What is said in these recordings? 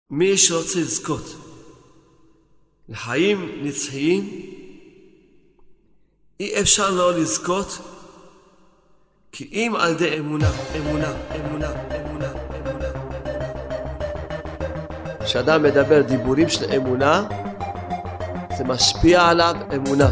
מי שרוצה לזכות לחיים נצחיים, אי אפשר לא לזכות כי אם על ידי אמונה. כשאדם מדבר דיבורים של אמונה, זה משפיע עליו אמונה.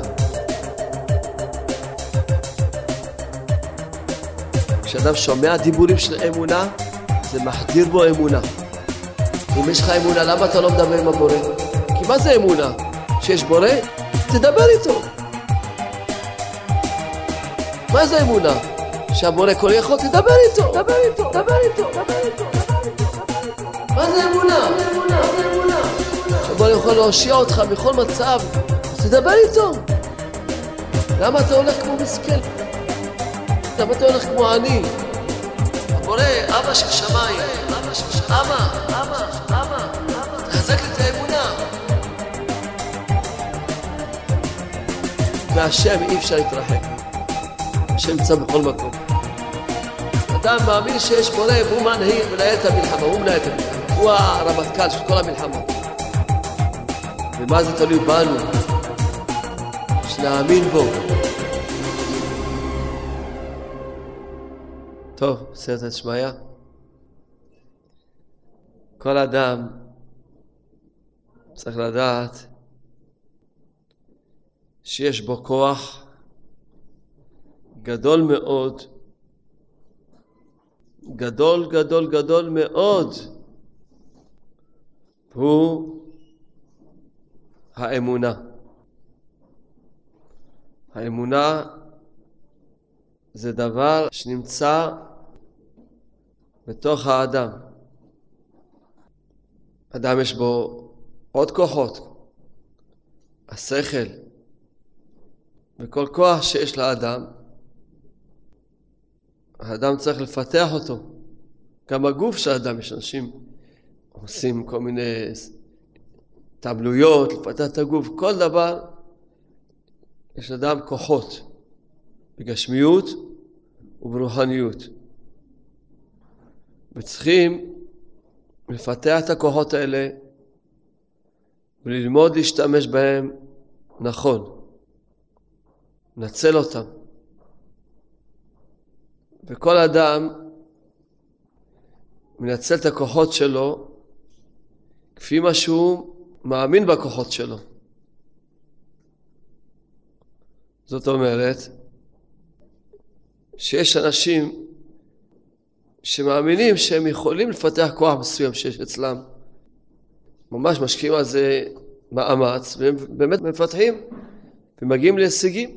כשאדם שומע דיבורים של אמונה, זה מחדיר בו אמונה. אם יש לך אמונה, למה אתה לא מדבר עם הבורא? כי מה זה אמונה? שיש בורא, תדבר איתו. מה זה אמונה? שהבורא כל יכול, תדבר איתו. מה זה אמונה? שהבורא יכול להושיע אותך בכל מצב, תדבר איתו. למה אתה הולך כמו מסכן? למה אתה הולך כמו עני? הבורא, אבא של שמיים, אבא, תחזק את האמונה. והשם אי אפשר להתרחק. השם נמצא בכל מקום. אדם מאמין שיש בורא והוא מנהל את המלחמה, הוא הרמטכ"ל של כל המלחמה. ומה זה תלוי בנו? שנאמין בו. טוב, סייעתא דשמיא. כל אדם צריך לדעת שיש בו כוח גדול מאוד, גדול מאוד, הוא האמונה. האמונה זה דבר שנמצא בתוך האדם. אדם יש בו עוד כוחות, השכל, וכל כוח שיש לאדם, האדם צריך לפתח אותו. גם הגוף של האדם, יש אנשים עושים כל מיני תעמלויות, לפתח את הגוף, כל דבר, יש לאדם כוחות, בגשמיות וברוחניות. וצריכים לפתח את הכוחות האלה, וללמוד להשתמש בהם נכון. נצל אותם. וכל אדם מנצל את הכוחות שלו כפי מה שהוא מאמין בכוחות שלו. זאת אומרת שיש אנשים שמאמינים שהם יכולים לפתח כוח מסוים שיש אצלם. ממש משקיעים על זה מאמץ, והם באמת מפתחים ומגיעים להישגים.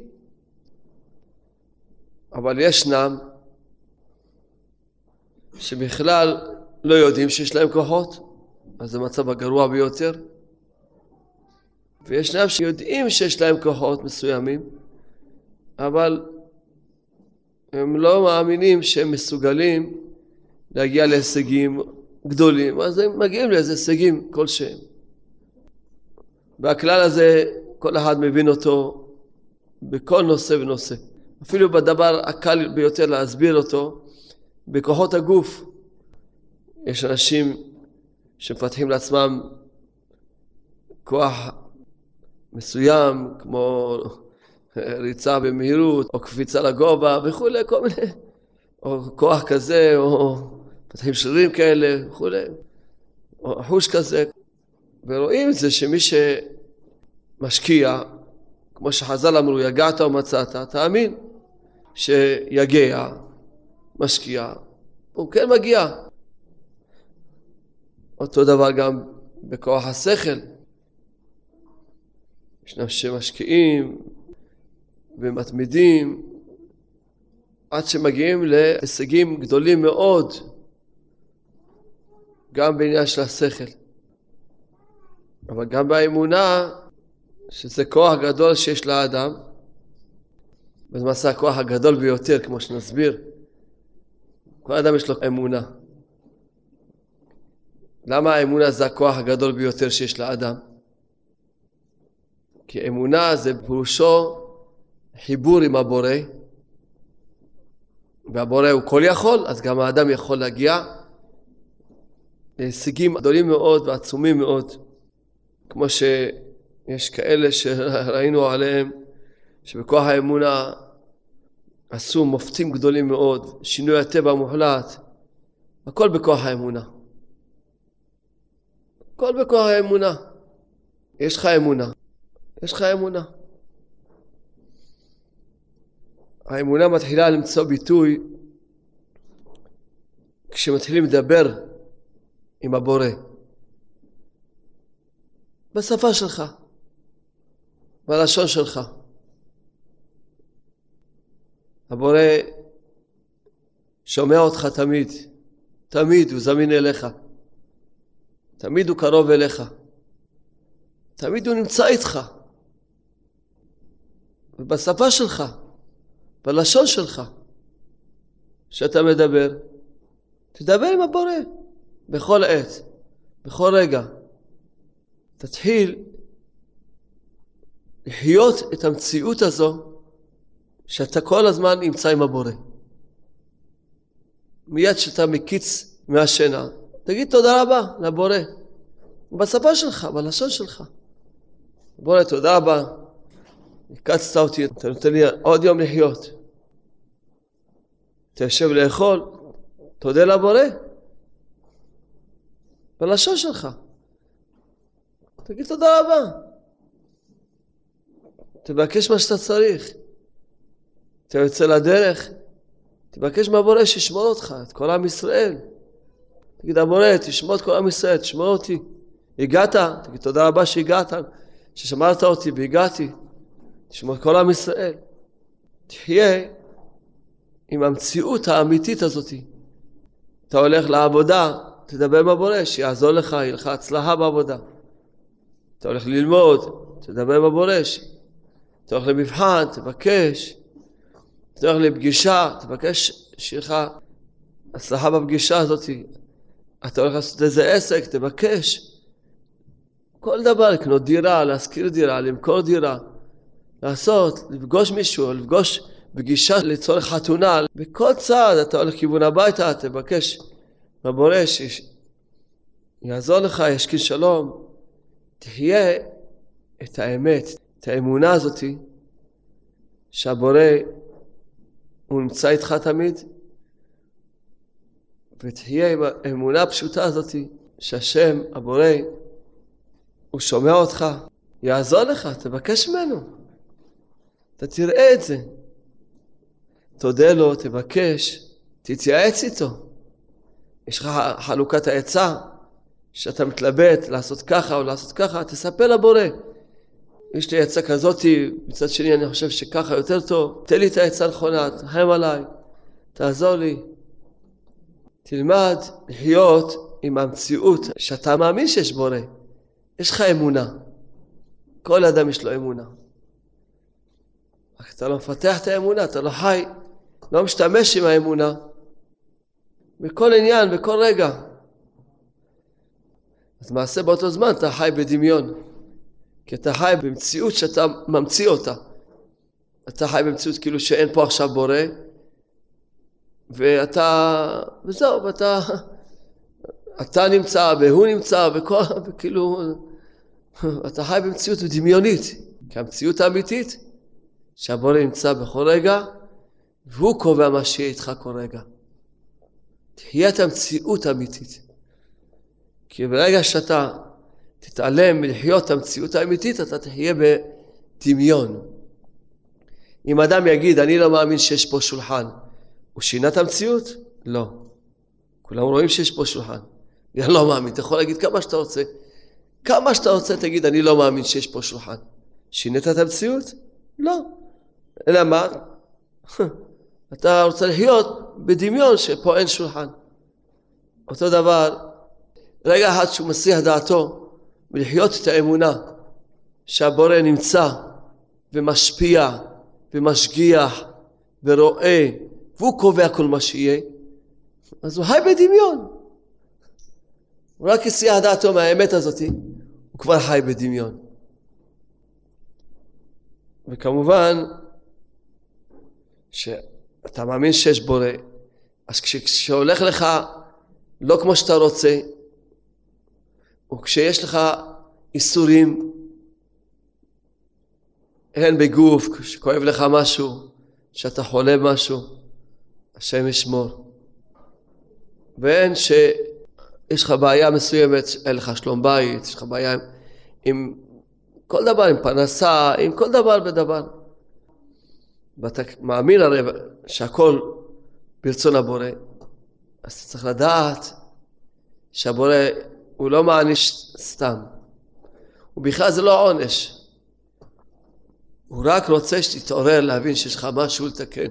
אבל ישנם שבכלל לא יודעים שיש להם כוחות, אז זה מצב הגרוע ביותר. וישנם שיודעים שיש להם כוחות מסוימים, אבל הם לא מאמינים שהם מסוגלים להגיע להישגים גדולים, אז הם מגיעים לאיזה הישגים כלשהם. והכלל הזה, כל אחד מבין אותו בכל נושא ונושא. אפילו בדבר הקל ביותר להסביר אותו, בכוחות הגוף. יש אנשים שמפתחים לעצמם כוח מסוים, כמו ריצה במהירות, או קפיצה לגובה וכו', כל מיני, או כוח כזה, או פתחים שרירים כאלה וכו', או חוש כזה. ורואים את זה שמי שמשקיע, כמו שחז"ל אמרו, יגעת ומצאת, תאמין שיגע, משקיע, הוא כן מגיע. אותו דבר גם בכוח השכל. ישנם שמשקיעים ומתמידים עד שמגיעים להישגים גדולים מאוד, גם בעניין של השכל. אבל גם באמונה, שזה כוח גדול שיש לאדם, וזה מעשה הכוח הגדול ביותר, כמו שנסביר. כל אדם יש לו אמונה. למה האמונה זה הכוח הגדול ביותר שיש לאדם? כי אמונה זה פירושו חיבור עם הבורא, והבורא הוא כל יכול, אז גם האדם יכול להגיע להישגים גדולים מאוד ועצומים מאוד, כמו שיש כאלה שראינו עליהם שבכוח האמונה עשו מופתים גדולים מאוד, שינוי הטבע המוחלט, הכל בכוח האמונה. הכל בכוח האמונה. יש לך אמונה. יש לך אמונה. האמונה מתחילה למצוא ביטוי כשמתחילים לדבר עם הבורא. בשפה שלך. בלשון שלך. הבורא שומע אותך תמיד. תמיד הוא זמין אליך. תמיד הוא קרוב אליך. תמיד הוא נמצא איתך. ובשפה שלך. בלשון שלך. שאתה מדבר. תדבר עם הבורא. בכל עת. בכל רגע. תתחיל לחיות את המציאות הזו שאתה כל הזמן נמצא עם הבורא. מיד שאתה מקיץ מהשינה, תגיד תודה רבה לבורא. בשפה שלך, בלשון שלך. בורא, תודה רבה. הקצת אותי, אתה נותן לי עוד יום לחיות. אתה יושב לאכול, תודה לבורא. בלשון שלך. תגיד תודה רבה. תבקש מה שאתה צריך. אתה יוצא לדרך, תבקש מהבורא שישמור אותך, את כל עם ישראל. תגיד הבורא, תשמור את כל עם ישראל, תשמור אותי. הגעת, תגיד תודה רבה שהגעת, ששמרת אותי והגעתי. תשמור את כל עם ישראל. תחיה עם המציאות האמיתית הזאת. אתה הולך לעבודה, תדבר עם הבורא, שיעזור לך, יהיה לך הצלחה בעבודה. אתה הולך ללמוד, תדבר עם הבורא. אתה הולך למבחן, תבקש. אתה הולך לפגישה, תבקש שיהיה לך הצלחה בפגישה הזאת. אתה הולך לעשות איזה עסק, תבקש. כל דבר, לקנות דירה, להשכיר דירה, למכור דירה, לעשות, לפגוש מישהו, לפגוש פגישה לצורך חתונה. בכל צעד אתה הולך כיוון הביתה, תבקש בבורא שיעזור לך, ישכין שלום. תחיה את האמת, את האמונה הזאת, שהבורא הוא נמצא איתך תמיד, ותחיה עם האמונה הפשוטה הזאת, שהשם, הבורא, הוא שומע אותך, יעזור לך, תבקש ממנו. אתה תראה את זה. תודה לו, תבקש, תתייעץ איתו. יש לך חלוקת העצה, שאתה מתלבט לעשות ככה או לעשות ככה, תספר לבורא. יש לי עצה כזאת, מצד שני אני חושב שככה יותר טוב. תן לי את העצה הנכונה, תחם עליי, תעזור לי. תלמד לחיות עם המציאות שאתה מאמין שיש בורא. יש לך אמונה. כל אדם יש לו אמונה. רק אתה לא מפתח את האמונה, אתה לא חי, לא משתמש עם האמונה. בכל עניין, בכל רגע. אז מעשה באותו זמן אתה חי בדמיון. כי אתה חי במציאות שאתה ממציא אותה. אתה חי במציאות כאילו שאין פה עכשיו בורא. וזהו, אתה נמצא והוא נמצא וכאילו אתה חי במציאות דמיונית. כי המציאות האמיתית שהבורא נמצא בכל רגע והוא קובע מה שיהיה איתך כל רגע. תחיה את המציאות האמיתית. כי ברגע שאתה תתעלם מלחיות את המציאות האמיתית, אתה תחיה בדמיון. אם אדם יגיד, אני לא מאמין שיש פה שולחן, הוא שינה את המציאות? לא. כולם רואים שיש פה שולחן. אני לא מאמין, אתה יכול להגיד כמה שאתה רוצה. כמה שאתה רוצה תגיד, אני לא מאמין שיש פה שולחן. שינית את המציאות? לא. אלא מה? אתה רוצה לחיות בדמיון שפה אין שולחן. אותו דבר, רגע אחד שהוא מסיח דעתו, ולחיות את האמונה שהבורא נמצא ומשפיע ומשגיח ורואה והוא קובע כל מה שיהיה, אז הוא חי בדמיון. הוא רק הסיח דעתו מהאמת הזאת, הוא כבר חי בדמיון. וכמובן שאתה מאמין שיש בורא, אז כשהולך לך לא כמו שאתה רוצה, וכשיש לך איסורים, הן בגוף, כשכואב לך משהו, שאתה חולה משהו, השם ישמור. והן שיש לך בעיה מסוימת, אין לך שלום בית, יש לך בעיה עם כל דבר, עם פרנסה, עם כל דבר ודבר. ואתה מאמין הרי שהכל ברצון הבורא, אז אתה צריך לדעת שהבורא הוא לא מעניש סתם. ובכלל זה לא עונש. הוא רק רוצה שתתעורר להבין שיש לך משהו לתקן.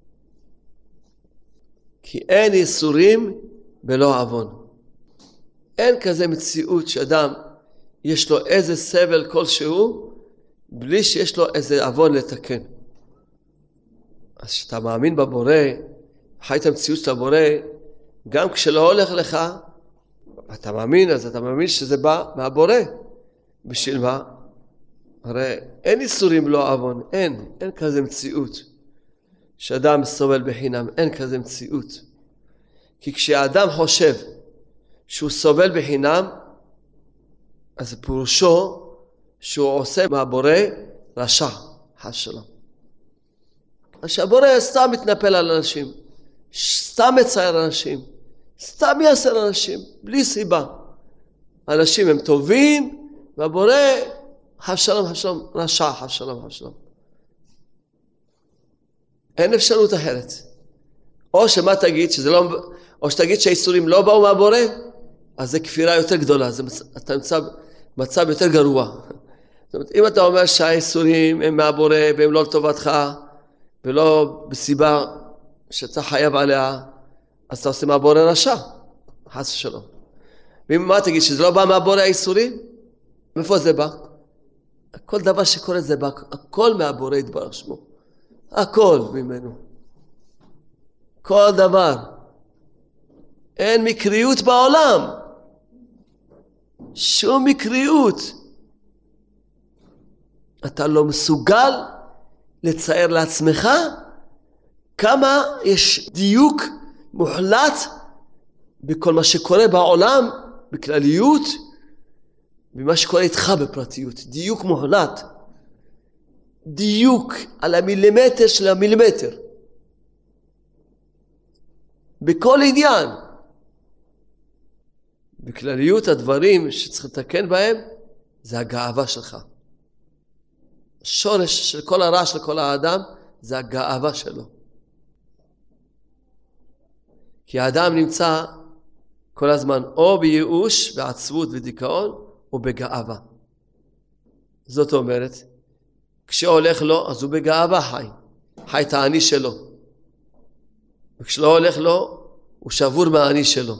כי אין איסורים בלא עוון. אין כזה מציאות שאדם יש לו איזה סבל כלשהו, בלי שיש לו איזה עוון לתקן. אז כשאתה מאמין בבורא, חי את המציאות של הבורא, גם כשלא הולך לך, אתה מאמין, אז אתה מאמין שזה בא מהבורא. בשביל מה? הרי אין איסורים לא עוון, אין כזה מציאות. שאדם סובל בחינם, אין כזה מציאות. כי כשאדם חושב שהוא סובל בחינם, אז פירושו שהוא עושה מהבורא רשע, חס ושלום. אז שהבורא סתם מתנפל על אנשים, סתם מצייר אנשים, סתם יעשר אנשים, בלי סיבה. אנשים הם טובים, והבורא חס ושלום, רשע, חס ושלום. אין אפשרות אחרת. או שמה תגיד, או שתגיד שהאיסורים לא באו מהבורא, אז זה כפירה יותר גדולה, אתה נמצא מצב יותר גרוע. זאת אומרת, אם אתה אומר שהאיסורים הם מהבורא והם לא לטובתך, ולא בסיבה שאתה חייב עליה, אז אתה עושה מהבורא רשע, חס ושלום. ואם מה תגיד, שזה לא בא מהבורא האיסורים? מאיפה זה בא? כל דבר שקורה זה בא, הכל מהבורא יתברך שמו. הכל ממנו. כל דבר. אין מקריות בעולם. שום מקריות. אתה לא מסוגל לצייר לעצמך כמה יש דיוק מוחלט בכל מה שקורה בעולם, בכלליות, במה שקורה איתך בפרטיות. דיוק מוחלט. דיוק על המילימטר של המילימטר. בכל עניין. בכלליות הדברים שצריך לתקן בהם, זה הגאווה שלך. השורש של כל הרע של כל האדם, זה הגאווה שלו. כי האדם נמצא כל הזמן או בייאוש, בעצבות ודיכאון, או בגאווה. זאת אומרת, כשהולך לו, אז הוא בגאווה חי את העני שלו. וכשלא הולך לו, הוא שבור מהעני שלו.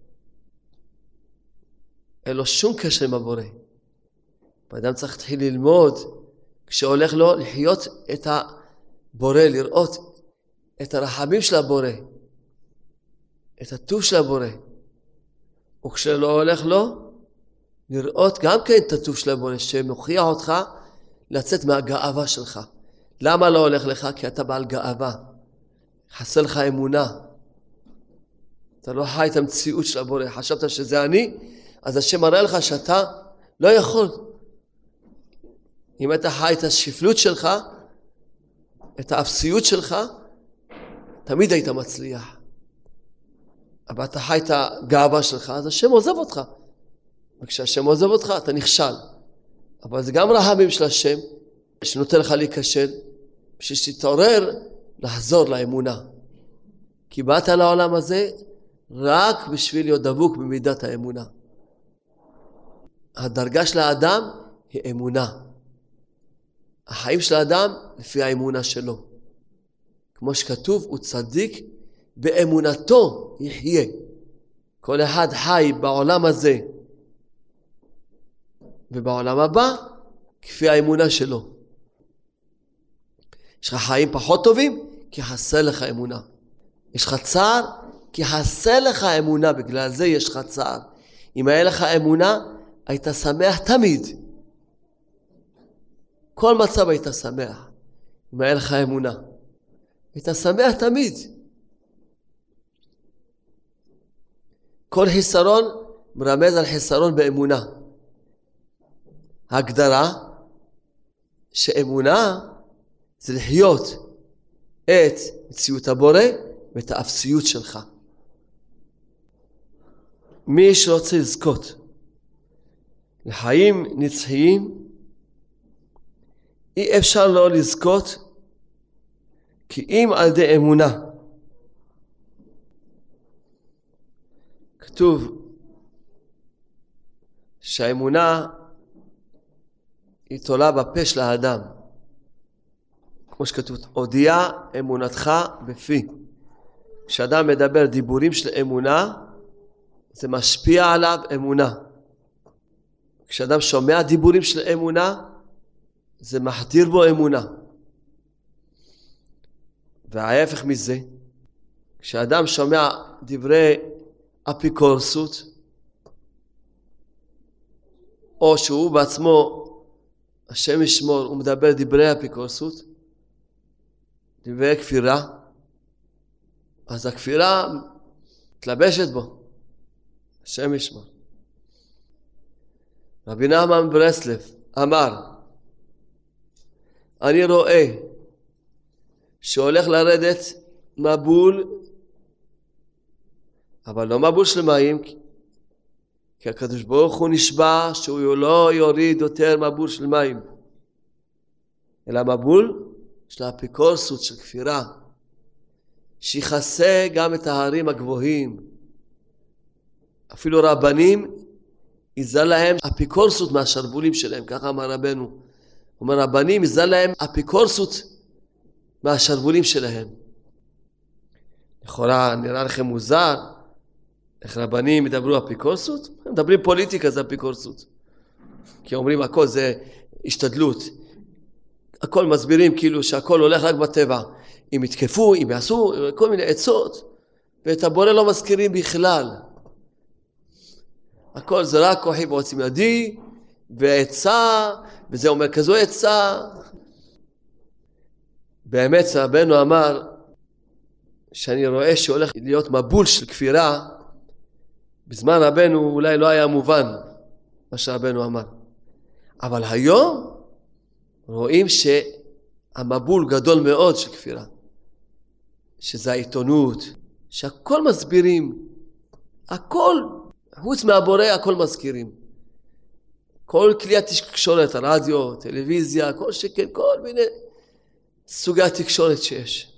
אין לו שום קשר עם הבורא. האדם צריך להתחיל ללמוד, כשהולך לו, לחיות את הבורא, לראות את הרחמים של הבורא, את הטוב של הבורא. וכשלא הולך לו, לראות גם כן את הטוב של הבורא, שמוכיח אותך לצאת מהגאווה שלך. למה לא הולך לך? כי אתה בעל גאווה. חסר לך אמונה. אתה לא חי את המציאות של הבורא. חשבת שזה אני, אז השם מראה לך שאתה לא יכול. אם אתה חי את השפלות שלך, את האפסיות שלך, תמיד היית מצליח. אבל אתה חי את הגאווה שלך, אז השם עוזב אותך. וכשהשם עוזב אותך, אתה נכשל. אבל זה גם רחמים של השם, שנותן לך להיכשל, בשביל שתתעורר לחזור לאמונה. כי באת לעולם הזה רק בשביל להיות דבוק במידת האמונה. הדרגה של האדם היא אמונה. החיים של האדם לפי האמונה שלו. כמו שכתוב, הוא צדיק באמונתו יחיה. כל אחד חי בעולם הזה ובעולם הבא כפי האמונה שלו. יש לך חיים פחות טובים כי חסר לך אמונה. יש לך צער כי חסר לך אמונה, בגלל זה יש לך צער. אם היה לך אמונה היית שמח תמיד. כל מצב היית שמח. אם היה לך אמונה היית שמח תמיד. כל חיסרון מרמז על חיסרון באמונה. ההגדרה שאמונה זה לחיות את מציאות הבורא ואת האפסיות שלך. מי שרוצה לזכות לחיים נצחיים, אי אפשר לא לזכות כי אם על ידי אמונה. כתוב שהאמונה היא תולה בפה של האדם. כמו שכתוב, הודיע אמונתך בפי. כשאדם מדבר דיבורים של אמונה, זה משפיע עליו אמונה. כשאדם שומע דיבורים של אמונה, זה מחדיר בו אמונה. וההפך מזה, כשאדם שומע דברי אפיקורסות, או שהוא בעצמו, השם ישמור, הוא מדבר דברי אפיקורסות, דברי כפירה, אז הכפירה מתלבשת בו. השם ישמור. רבי נחמן ברסלב אמר, אני רואה שהולך לרדת מבול, אבל לא מבול של מים, כי הקדוש ברוך הוא נשבע שהוא לא יוריד יותר מבול של מים, אלא מבול של האפיקורסות, של כפירה, שיחסה גם את ההרים הגבוהים. אפילו רבנים יזל להם אפיקורסות מהשרבולים שלהם, ככה אמר רבנו. הוא אומר, רבנים יזל להם אפיקורסות מהשרבולים שלהם. לכאורה נראה לכם מוזר, איך רבנים ידברו אפיקורסות? הם מדברים פוליטיקה, זה אפיקורסות. כי אומרים הכל זה השתדלות. הכל מסבירים כאילו שהכל הולך רק בטבע. אם יתקפו, אם יעשו, כל מיני עצות. ואת הבורא לא מזכירים בכלל. הכל זה רק כוחי ועוצם ידי, ועצה, וזה אומר כזו עצה. באמת רבנו אמר, שאני רואה שהולך להיות מבול של כפירה, בזמן רבנו אולי לא היה מובן מה שרבנו אמר. אבל היום רואים שהמבול גדול מאוד של כפירה. שזה העיתונות, שהכל מסבירים, הכל, חוץ מהבורא הכל מזכירים. כל כלי התקשורת, הרדיו, טלוויזיה, כל שכן, כל מיני סוגי התקשורת שיש.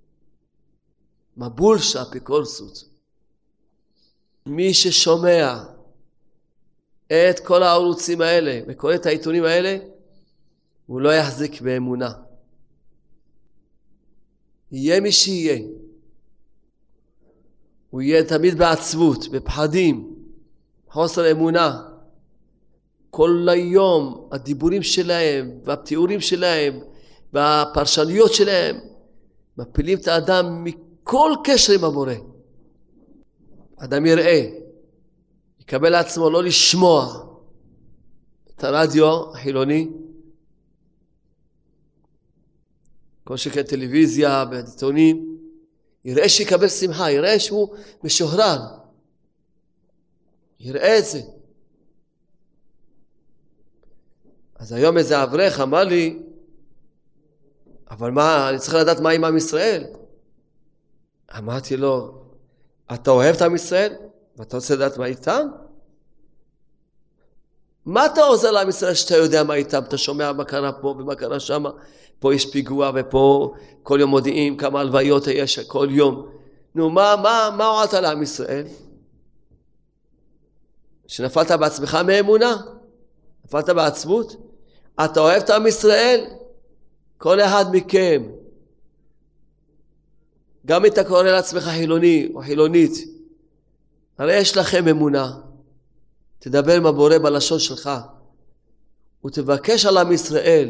מבול של אפיקורסות. מי ששומע את כל הערוצים האלה וקורא את העיתונים האלה, הוא לא יחזיק באמונה. יהיה מי שיהיה. הוא יהיה תמיד בעצבות, בפחדים, חוסר אמונה. כל היום הדיבורים שלהם והתיאורים שלהם והפרשנויות שלהם מפילים את האדם מכל קשר עם הבורא. אדם יראה, יקבל לעצמו לא לשמוע את הרדיו החילוני, כל שכן טלוויזיה ועיתונים, יראה שיקבל שמחה, יראה שהוא משוחרר, יראה את זה. אז היום איזה אברך אמר לי, אבל מה, אני צריך לדעת מה עם עם ישראל? אמרתי לו, אתה אוהב את עם ישראל? ואתה רוצה לדעת מה איתם? מה אתה עוזר לעם ישראל שאתה יודע מה איתם? אתה שומע מה קרה פה ומה קרה שם? פה יש פיגוע ופה כל יום מודיעים כמה הלוויות יש כל יום. נו, מה הועלת לעם ישראל? שנפלת בעצמך מאמונה? נפלת בעצבות? אתה אוהב את עם ישראל? כל אחד מכם. גם אם אתה קורא לעצמך חילוני או חילונית, הרי יש לכם אמונה. תדבר עם הבורא בלשון שלך, ותבקש על עם ישראל.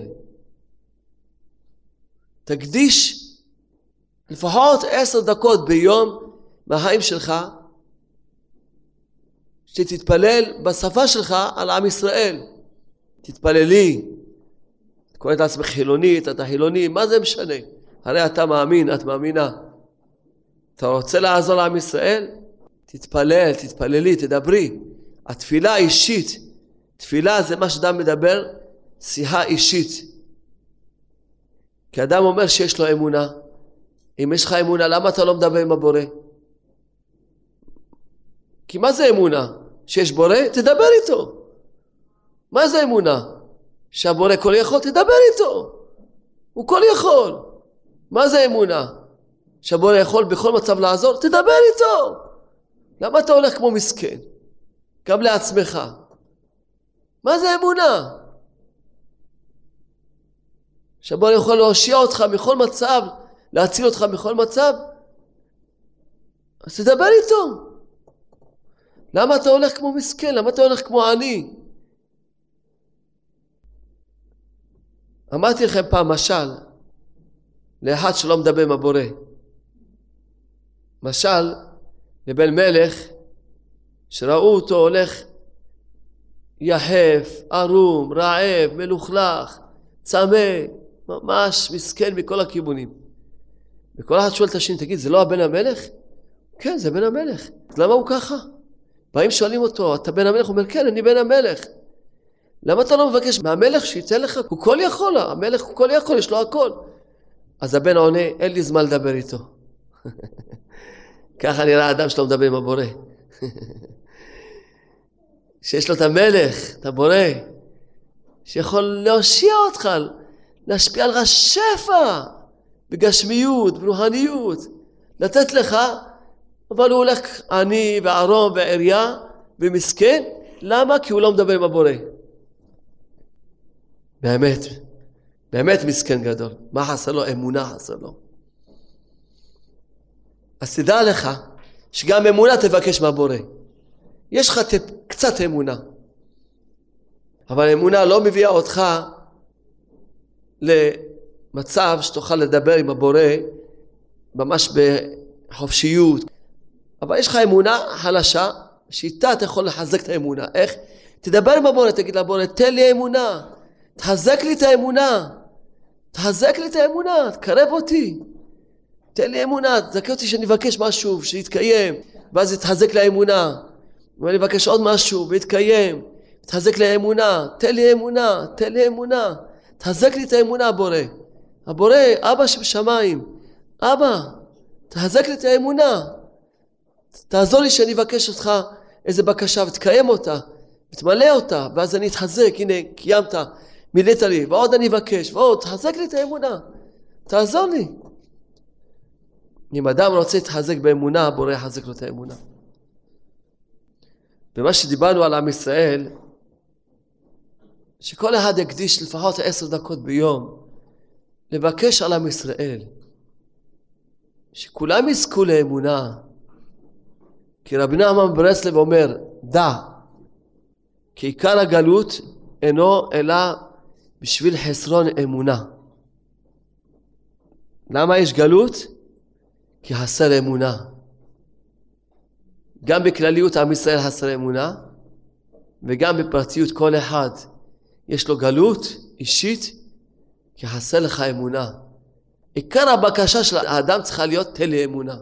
תקדיש לפחות 10 דקות ביום מהחיים שלך, שתתפלל בשפה שלך על עם ישראל. תתפללי. אתה קורא את עצמך חילונית, אתה חילוני, מה זה משנה? הרי אתה מאמין, את מאמינה. אתה רוצה לעזור לעם ישראל? תתפלל, תתפללי, תדברי. התפילה האישית, תפילה זה מה שאדם מדבר, שיחה אישית. כי אדם אומר שיש לו אמונה. אם יש לך אמונה, למה אתה לא מדבר עם הבורא? כי מה זה אמונה? שיש בורא, תדבר איתו. מה זה אמונה? שהבורא כל יכול, תדבר איתו. הוא כל יכול. מה זה אמונה? שהבורא יכול בכל מצב לעזור, תדבר איתו. למה אתה הולך כמו מסכן? גם לעצמך. מה זה אמונה? שהבורא יכול להושיע אותך מכל מצב, להציל אותך מכל מצב, אז תדבר איתו. למה אתה הולך כמו מסכן? למה אתה הולך כמו עני? אמרתי לכם פעם משל, לאחד שלא מדבר עם הבורא. משל לבן מלך שראו אותו הולך יחף, ערום, רעב, מלוכלך, צמא, ממש מסכן מכל הכיוונים. וכל אחד שואל את השני, תגיד, זה לא הבן המלך? כן, זה בן המלך. למה הוא ככה? באים שואלים אותו, אתה בן המלך? הוא אומר, כן, אני בן המלך. למה אתה לא מבקש מהמלך שייתן לך? הוא כל יכול, המלך הוא כל יכול, יש לו הכל. אז הבן עונה, אין לי זמן לדבר איתו. ככה נראה אדם שלא מדבר עם הבורא. שיש לו את המלך, את הבורא, שיכול להושיע אותך, להשפיע עליך שפע, בגשמיות, ברוחניות, לתת לך, אבל הוא הולך עני וערום ועריה ומסכן. למה? כי הוא לא מדבר עם הבורא. באמת, באמת מסכן גדול. מה חסר לו? אמונה חסר לו. אז תדע לך שגם אמונה תבקש מהבורא. יש לך קצת אמונה, אבל אמונה לא מביאה אותך למצב שתוכל לדבר עם הבורא ממש בחופשיות. אבל יש לך אמונה חלשה, שאיתה אתה יכול לחזק את האמונה. איך? תדבר עם הבורא, תגיד לבורא, תן לי אמונה, תחזק לי את האמונה, תחזק לי את האמונה, תקרב אותי, תן לי אמונה, תזכה אותי שאני אבקש משהו שיתקיים, ואז יתחזק לי האמונה. ואני אבקש עוד משהו ויתקיים, תחזק לי האמונה, תן לי אמונה, תן לי אמונה, תחזק לי את האמונה הבורא. הבורא, אבא שבשמיים, אבא, תחזק לי את האמונה, תעזור לי שאני אבקש אותך איזה בקשה ותקיים אותה, ותמלא אותה, ואז אני אתחזק, הנה קיימת, מילאת לי, ועוד אני אבקש, ועוד, תחזק לי את האמונה, תעזור לי. אם אדם רוצה להתחזק באמונה, הבורא יחזק לו את האמונה. ומה שדיברנו על עם ישראל, שכל אחד יקדיש לפחות 10 דקות ביום, לבקש על עם ישראל, שכולם יזכו לאמונה. כי רבי נחמן מברסלב אומר, דע, כי עיקר הגלות אינו אלא בשביל חסרון אמונה. למה יש גלות? כי חסר אמונה. גם בכלליות עם ישראל חסר אמונה, וגם בפרטיות כל אחד יש לו גלות אישית, כי חסר לך אמונה. עיקר הבקשה של האדם צריכה להיות תן לי אמונה.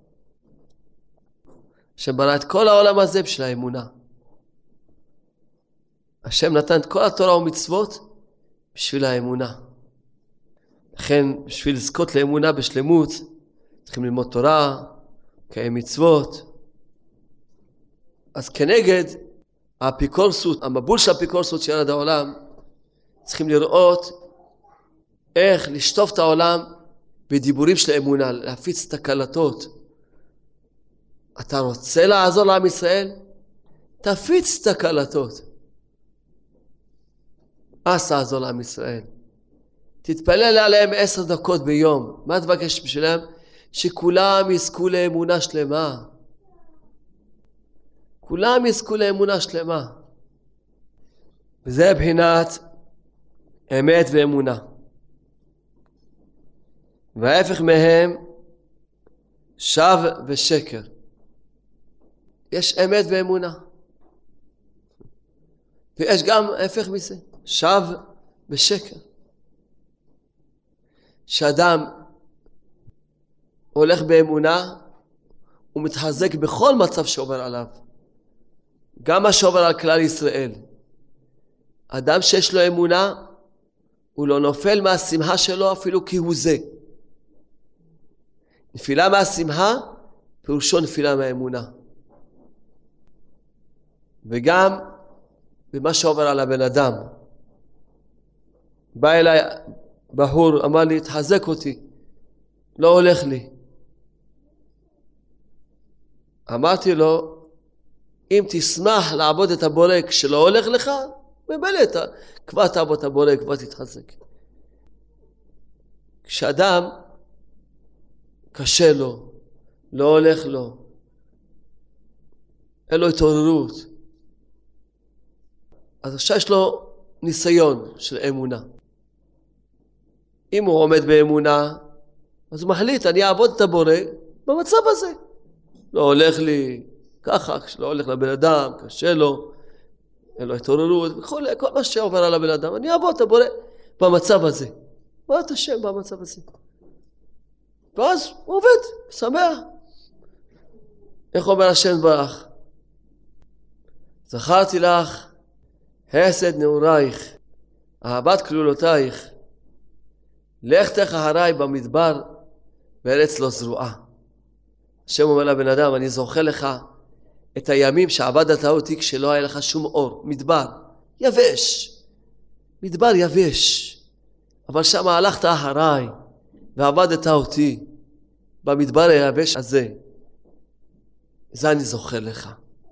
השם ברא את כל העולם הזה בשביל האמונה. השם נתן את כל התורה ומצוות בשביל האמונה. לכן בשביל לזכות לאמונה בשלמות צריכים ללמוד תורה, קיים מצוות. אז כנגד האפיקורסות, המבול של האפיקורסות שירד העולם, צריכים לראות איך לשטוף את העולם בדיבורים של אמונה, להפיץ את הקלטות. אתה רוצה לעזור לעם ישראל? תפיץ את הקלטות. אז תעזור לעם ישראל. תתפלל עליהם 10 דקות ביום. מה תבקש בשבילם? שכולם יזכו לאמונה שלמה. כולם יזכו לאמונה שלמה. וזה בחינת אמת ואמונה. וההפך מהם שווא ושקר. יש אמת ואמונה. ויש גם ההפך מזה, שווא ושקר. שאדם הולך באמונה, הוא מתחזק בכל מצב שעובר עליו. גם מה שעובר על כלל ישראל. אדם שיש לו אמונה, הוא לא נופל מהשמחה שלו אפילו כי הוא זה. נפילה מהשמחה, פירושו נפילה מהאמונה. וגם במה שעובר על הבן אדם. בא אליי בחור, אמר לי, תחזק אותי, לא הולך לי. אמרתי לו, אם תשמח לעבוד את הבורא כשלא הולך לך, ממילא כבר תעבוד את הבורא, כבר תתחזק. כשאדם קשה לו, לא הולך לו, אין לו התעוררות, אז עכשיו יש לו ניסיון של אמונה. אם הוא עומד באמונה, אז הוא מחליט, אני אעבוד את הבורא במצב הזה. לא הולך לי ככה, כשלא הולך לבן אדם, קשה לו, אין לו התעוררות, כל מה שעובר על הבן אדם, אני אעבוד את הבורא במצב הזה. מה את השם במצב הזה? ואז הוא עובד, שמח. איך אומר השם ברך? זכרתי לך חסד נעורייך, אהבת כלולותייך, לכתך אחריי במדבר בארץ לא זרועה. השם אומר לבן אדם, אני זוכר לך את הימים שעבדת אותי כשלא היה לך שום אור, מדבר, יבש, מדבר יבש, אבל שם הלכת אחריי ועבדת אותי במדבר היבש הזה. זה אני זוכר לך.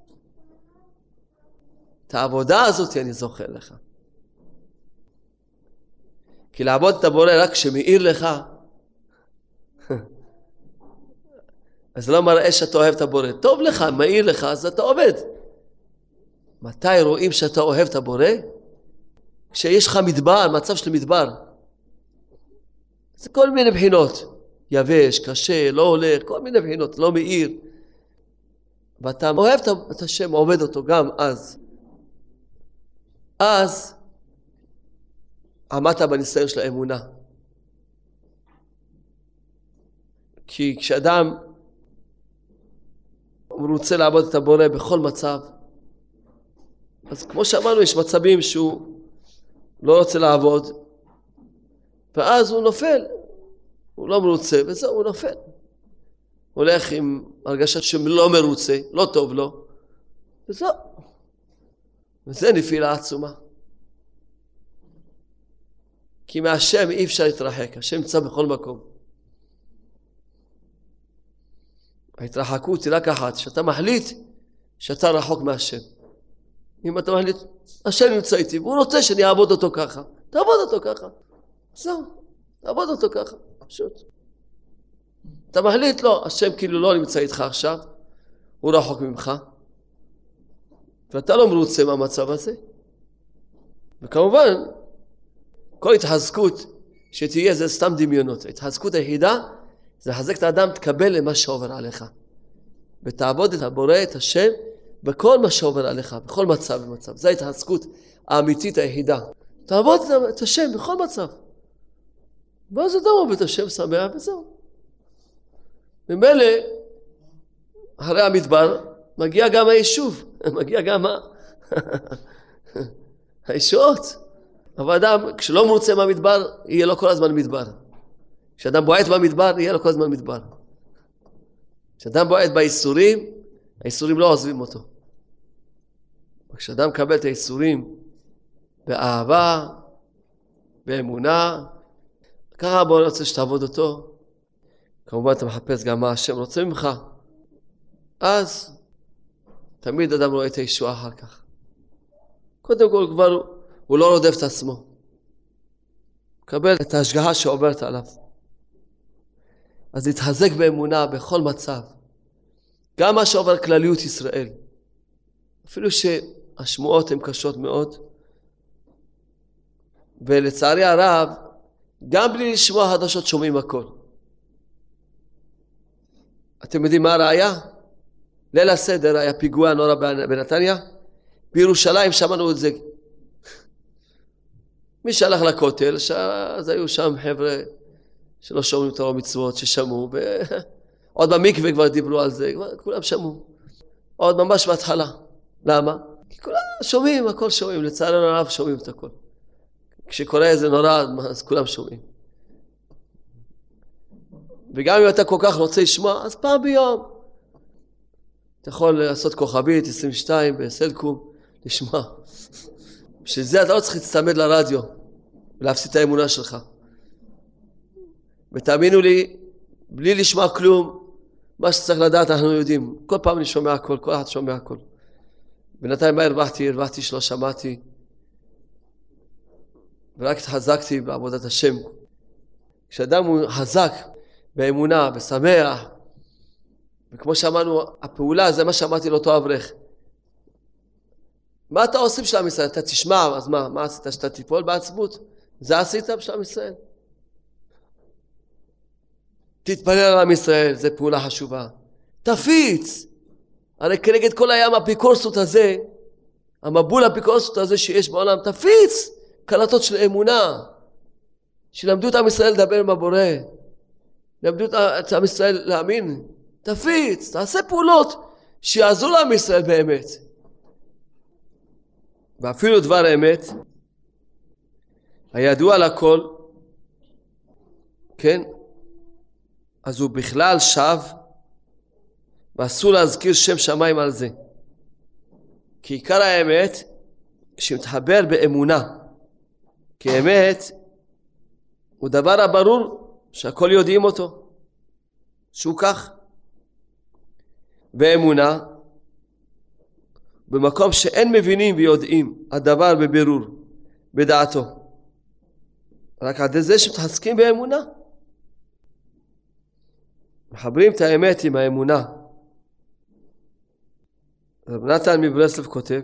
את העבודה הזאת אני זוכר לך. כי לעבוד את הבורא רק כשמאיר לך, אז לא מראה שאתה אוהב את הבורא. טוב לך, מאיר לך, אז אתה עובד. מתי רואים שאתה אוהב את הבורא? כשיש לך מדבר, מצב של מדבר. זה כל מיני בחינות. יבש, קשה, לא הולך, כל מיני בחינות, לא מאיר. ואתה אוהב את השם, עובד אותו גם אז. אז עמדת בניסיון של האמונה. כי כשאדם הוא רוצה לעבוד את הבורא בכל מצב, אז כמו שאמרנו, יש מצבים שהוא לא רוצה לעבוד, ואז הוא נופל, הוא לא מרוצה, וזהו, הוא נופל. הוא הולך עם הרגשה שלא מרוצה, לא טוב לו, וזהו. וזה נפילה עצומה. כי מהשם אי אפשר להתרחק, השם נמצא בכל מקום. ההתרחקות היא רק אחת, שאתה מחליט שאתה רחוק מהשם. אם אתה מחליט, השם נמצא איתי, והוא רוצה שאני אעבוד אותו ככה, תעבוד אותו ככה. זהו, תעבוד אותו ככה, פשוט. אתה מחליט, לא, השם כאילו לא נמצא איתך עכשיו, הוא רחוק ממך, ואתה לא מרוצה מהמצב הזה. וכמובן, כל התחזקות שתהיה זה סתם דמיונות. ההתחזקות היחידה זה לחזק את האדם, תקבל למה שעובר עליך. ותעבוד את הבורא, את השם, בכל מה שעובר עליך, בכל מצב ומצב. זו ההתחזקות האמיתית היחידה. תעבוד את השם בכל מצב. ואז אדם עובד את השם, שמח וזהו. ממילא, אחרי המדבר, מגיע גם היישוב. מגיע גם הישועות. אבל אדם, כשלא מרוצה מהמדבר, יהיה לו כל הזמן מדבר. כשאדם בועט במדבר, יהיה לו כל הזמן מדבר. כשאדם בועט באיסורים, האיסורים לא עוזבים אותו. כשאדם מקבל את האיסורים באהבה, באמונה, ככה בוא רוצה שתעבוד אותו. כמובן אתה מחפש גם מה השם רוצה ממך. אז תמיד אדם רואה את הישועה אחר כך. קודם כל כבר הוא לא רודף את עצמו. מקבל את ההשגחה שעוברת עליו. אז להתחזק באמונה בכל מצב. גם מה שעובר כלליות ישראל. אפילו שהשמועות הן קשות מאוד. ולצערי הרב, גם בלי לשמוע חדשות שומעים הכל. אתם יודעים מה הראיה? ליל הסדר היה פיגוע נורא בנתניה. בירושלים שמענו את זה. מי שהלך לכותל, אז היו שם חבר'ה שלא שומעים תורה ומצוות, ששמעו, עוד במקווה כבר דיברו על זה, כולם שמעו. עוד ממש בהתחלה. למה? כי כולם שומעים, הכל שומעים, לצערנו הרב שומעים את הכל. כשקורה איזה נורא, אז כולם שומעים. וגם אם אתה כל כך רוצה לשמוע, אז פעם ביום. אתה יכול לעשות כוכבית 22 בסלקום, לשמוע. בשביל זה אתה לא צריך להצטמד לרדיו, ולהפסיד את האמונה שלך. ותאמינו לי, בלי לשמוע כלום, מה שצריך לדעת אנחנו יודעים. כל פעם אני שומע הכל, כל אחד שומע הכל. בינתיים מה הרווחתי שלא שמעתי. ורק התחזקתי בעבודת השם. כשאדם הוא חזק באמונה, בשמח, וכמו שאמרנו, הפעולה זה מה שאמרתי לאותו אברך. מה אתה עושים של עם ישראל? אתה תשמע, אז מה עשית? שאתה תיפול בעצבות? זה עשית של עם ישראל. תתפלל על עם ישראל, זה פעולה חשובה. תפיץ! הרי כנגד כל הים הפיקורסות הזה, המבול הפיקורסות הזה שיש בעולם, תפיץ! קלטות של אמונה, שלמדו את עם ישראל לדבר עם הבורא, למדו את עם ישראל להאמין, תפיץ, תעשה פעולות שיעזרו לעם ישראל באמת. ואפילו דבר אמת, הידוע לכל, כן? אז הוא בכלל שב, ואסור להזכיר שם שמיים על זה. כי עיקר האמת, כשמתחבר באמונה, כי האמת הוא דבר הברור שהכל יודעים אותו, שהוא כך. באמונה, במקום שאין מבינים ויודעים הדבר בבירור, בדעתו. רק עד זה שמתחזקים באמונה. מחברים את האמת עם האמונה. רב נתן מברסלב כותב,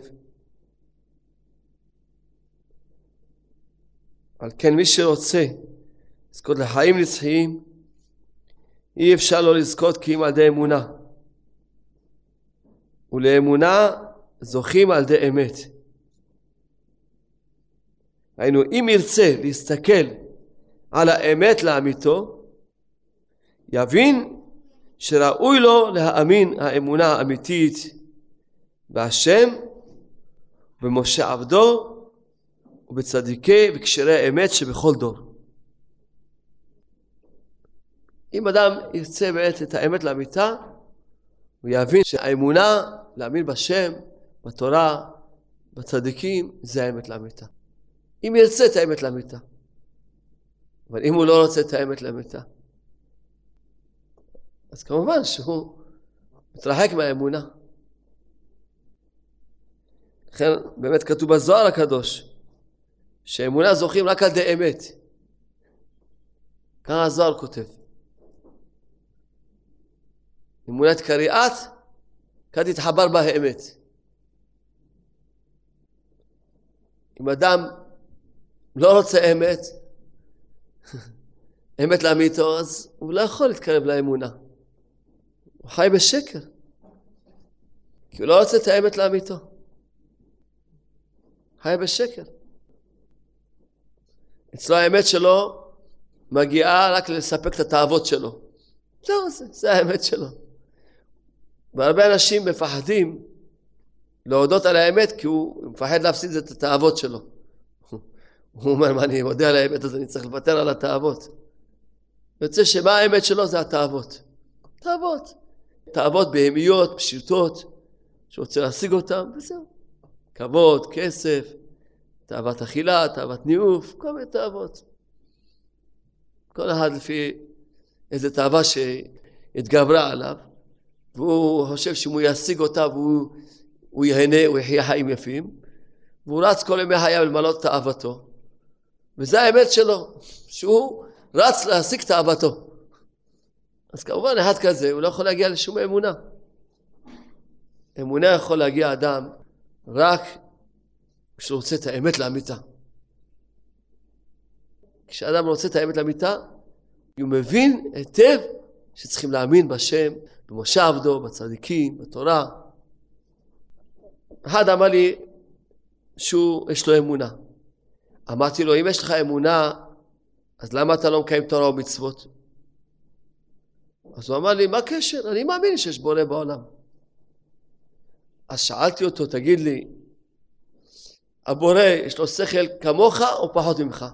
על כן מי שרוצה לזכות לחיים נצחיים, אי אפשר לא לזכות כי אם על ידי אמונה. ולאמונה זוכים על ידי אמת. היינו, אם ירצה להסתכל על האמת לאמיתו, יבין שראוי לו להאמין האמונה האמיתית בהשם, במשה עבדו, ובצדיקי וקשרי אמת שבכל דור. אם אדם ירצה באמת את האמת לאמיתה, הוא יבין שהאמונה להאמין בשם, בתורה, בצדיקים, זה האמת לאמיתה. אם ירצה את האמת לאמיתה. אבל אם הוא לא רוצה את האמת לאמיתה, אז כמובן שהוא מתרחק מהאמונה. לכן באמת כתוב בזוהר הקדוש, שאמונה זוכים רק על ידי אמת. ככה הזוהר כותב. אמונת קריאת, כאן תתחבר בה האמת. אם אדם לא רוצה אמת, אמת לאמיתו, אז הוא לא יכול להתקרב לאמונה. הוא חי בשקר. כי הוא לא רוצה את האמת לאמיתו. חי בשקר. אצלו האמת שלו מגיעה רק לספק את התאוות שלו. זהו, זה האמת שלו. והרבה אנשים מפחדים להודות על האמת כי הוא מפחד להפסיד את התאוות שלו. הוא אומר, מה אני מודה על האמת אז אני צריך לוותר על התאוות. יוצא שמה האמת שלו זה התאוות. תאוות. תאוות בהמיות, פשיטות, שרוצה להשיג אותם, וזהו. כבוד, כסף, תאוות אכילה, תאוות ניאוף, כל מיני תאוות. כל אחד לפי איזו תאווה שהתגברה עליו, והוא חושב שאם הוא ישיג אותה והוא יהנה, הוא יחיה חיים יפים, והוא רץ כל ימי חייו למלות תאוותו. וזה האמת שלו, שהוא רץ להשיג תאוותו. אז כמובן אחד כזה הוא לא יכול להגיע לשום אמונה. אמונה יכול להגיע אדם רק כשהוא רוצה את האמת לאמיתה. כשאדם רוצה את האמת לאמיתה, הוא מבין היטב שצריכים להאמין בשם, במשה עבדו, בצדיקים, בתורה. אחד אמר לי שיש לו אמונה. אמרתי לו, אם יש לך אמונה, אז למה אתה לא מקיים תורה ומצוות? אז הוא אמר לי, מה הקשר? אני מאמין שיש בורא בעולם. אז שאלתי אותו, תגיד לי, הבורא יש לו שכל כמוך או פחות ממך?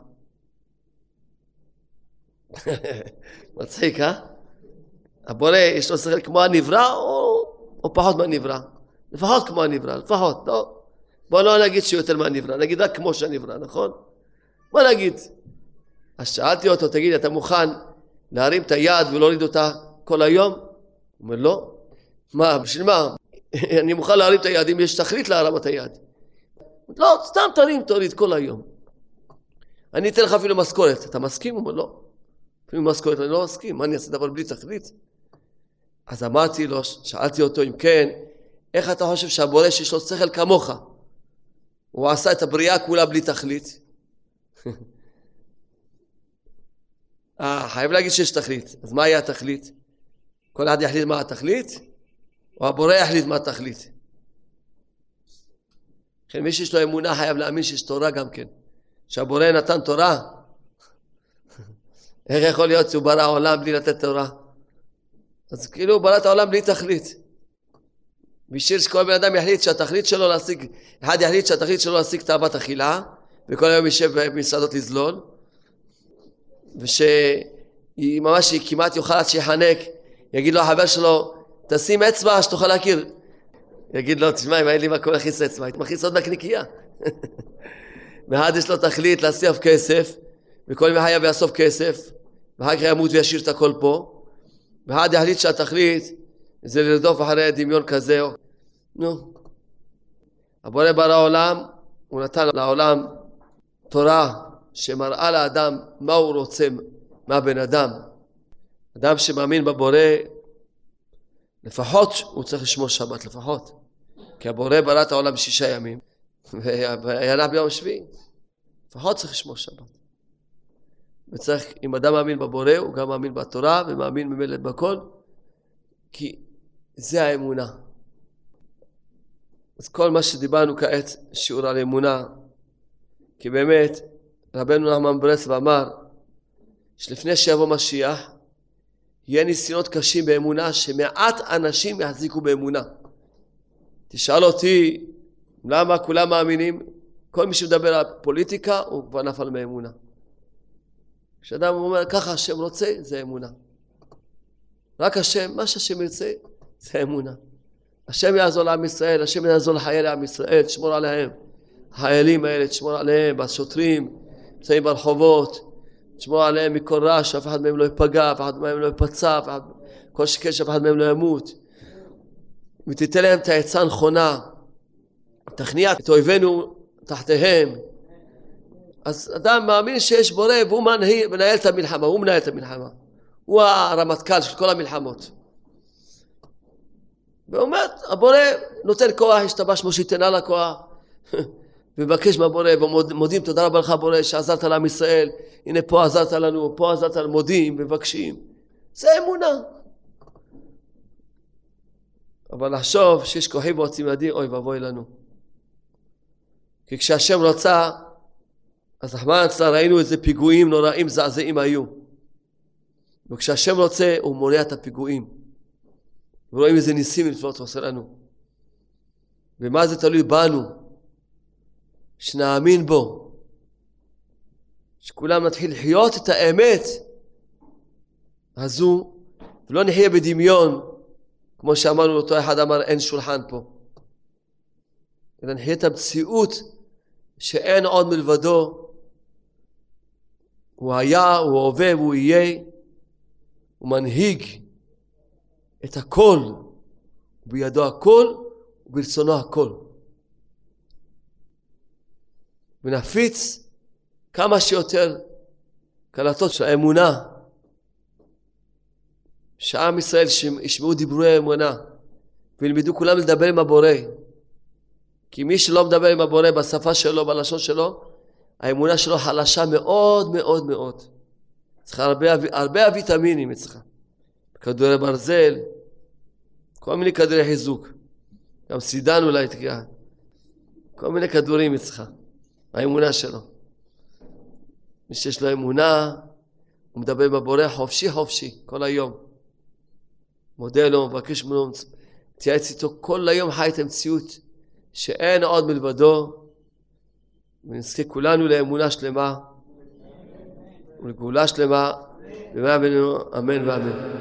מצחיק, הבורא יש לו שכל כמו הנברא או פחות מהנברא? לפחות כמו הנברא, לפחות, לא? בוא לא נגיד שהוא יותר מהנברא, נגיד רק כמו שהנברא, נכון? בוא נגיד. אז שאלתי אותו, תגיד, אתה מוכן להרים את היד ולהוריד אותה כל היום? הוא אומר, לא. מה, בשביל מה? אני מוכן להרים את היד אם יש תכלית להרמת היד. לא, סתם תוריד כל היום. אני אתן לך אפילו משכורת. אתה מסכים? הוא אומר, לא. אפילו משכורת אני לא מסכים. מה אני אעשה דבר בלי תכלית? אז אמרתי לו, שאלתי אותו, אם כן, איך אתה חושב שהבורא שיש לו שכל כמוך? הוא עשה את הבריאה כולה בלי תכלית. חייב להגיד שיש תכלית. אז מה היה התכלית? כל אחד יחליט מה התכלית? או הבורא יחליט מה התכלית? לכן מי שיש לו אמונה חייב להאמין שיש תורה גם כן. שהבורא נתן תורה. איך יכול להיות שהוא ברא העולם בלי לתת תורה? אז כאילו הוא ברא את העולם בלי תכלית. בשביל שכל בן אדם יחליט שהתכלית שלו להשיג, אחד יחליט שהתכלית שלו להשיג תאוות אכילה, וכל היום יישב במסעדות לזלול, ושהיא ממש כמעט יוכל עד שיחנק, יגיד לו החבר שלו, תשים אצבע שתוכל להכיר. יגיד לו, תשמע, אם אין לי מקום להכניס אצבע, היית מכניס עוד נקניקייה. ואחד יש לו תכלית להשיג כסף, וכל יום חייב יאסוף כסף, ואחר כך ימות וישאיר את הכל פה, ואחד יחליט שהתכלית זה לרדוף אחרי דמיון כזה. נו, הבורא ברא העולם, הוא נתן לעולם תורה שמראה לאדם מה הוא רוצה מהבן אדם. אדם שמאמין בבורא, לפחות הוא צריך לשמור שבת, לפחות. כי הבורא ברא את העולם ב6 ימים, והיה ביום השביעי. לפחות צריך לשמור שבת. וצריך, אם אדם מאמין בבורא, הוא גם מאמין בתורה, ומאמין ממילא בכל, כי זה האמונה. אז כל מה שדיברנו כעת, שיעור על אמונה, כי באמת, רבנו נחמן ברסלב אמר, שלפני שיבוא משיח, יהיה ניסיונות קשים באמונה, שמעט אנשים יחזיקו באמונה. תשאל אותי, למה כולם מאמינים? כל מי שמדבר על פוליטיקה, הוא כבר נפל מאמונה. כשאדם אומר, ככה השם רוצה, זה אמונה. רק השם, מה שהשם ירצה, זה אמונה. השם יעזור לעם ישראל, השם יעזור לחיילי עם ישראל, תשמור עליהם. החיילים האלה, תשמור עליהם, השוטרים, נמצאים ברחובות, תשמור עליהם מכל רעש, אף אחד מהם לא ייפגע, אף אחד מהם לא ייפצע, כל שכן שאף אחד מהם לא ימות. ותיתן להם את העצה הנכונה, תכניע את אויבינו תחתיהם. אז אדם מאמין שיש בורא והוא מנהל את המלחמה, הוא מנהל את המלחמה. הוא הרמטכ"ל של כל המלחמות. ואומר, הבורא נותן כוח, השתבש כמו שייתן על הכוח, ומבקש מהבורא, ומודים, תודה רבה לך בורא שעזרת לעם ישראל, הנה פה עזרת לנו, פה עזרת לנו, מודים, מבקשים. זה אמונה. אבל לחשוב שיש כוחים ועוצים ידי, אוי ואבוי לנו. כי כשהשם רצה, אז רחמנא ליצלן ראינו איזה פיגועים נוראים זעזעים היו. וכשהשם רוצה, הוא מונע את הפיגועים. ורואים איזה ניסים ונפלאות עושה לנו. ומה זה תלוי בנו? שנאמין בו. שכולם נתחיל לחיות את האמת הזו, ולא נחיה בדמיון, כמו שאמרנו אותו אחד אמר, אין שולחן פה. אלא נחיה את המציאות שאין עוד מלבדו. הוא היה, הוא הווה והוא יהיה. הוא מנהיג את הכל. בידו הכל וברצונו הכל. ונפיץ כמה שיותר קלטות של האמונה. שעם ישראל ישמעו דיבורי אמונה. וילמדו כולם לדבר עם הבורא. כי מי שלא מדבר עם הבורא בשפה שלו, בלשון שלו, האמונה שלו חלשה מאוד מאוד מאוד. צריכה הרבה הוויטמינים אצלך. כדורי ברזל, כל מיני כדורי חיזוק. גם סידן אולי תגיע. כל מיני כדורים אצלך. האמונה שלו. מי שיש לו אמונה, הוא מדבר עם הבורא חופשי חופשי, כל היום. מודה לו, מבקש ממנו, תתייעץ איתו כל היום, חי את המציאות שאין עוד מלבדו, ונזכה כולנו לאמונה שלמה ולגאולה שלמה, במהרה בימינו, אמן ואמן.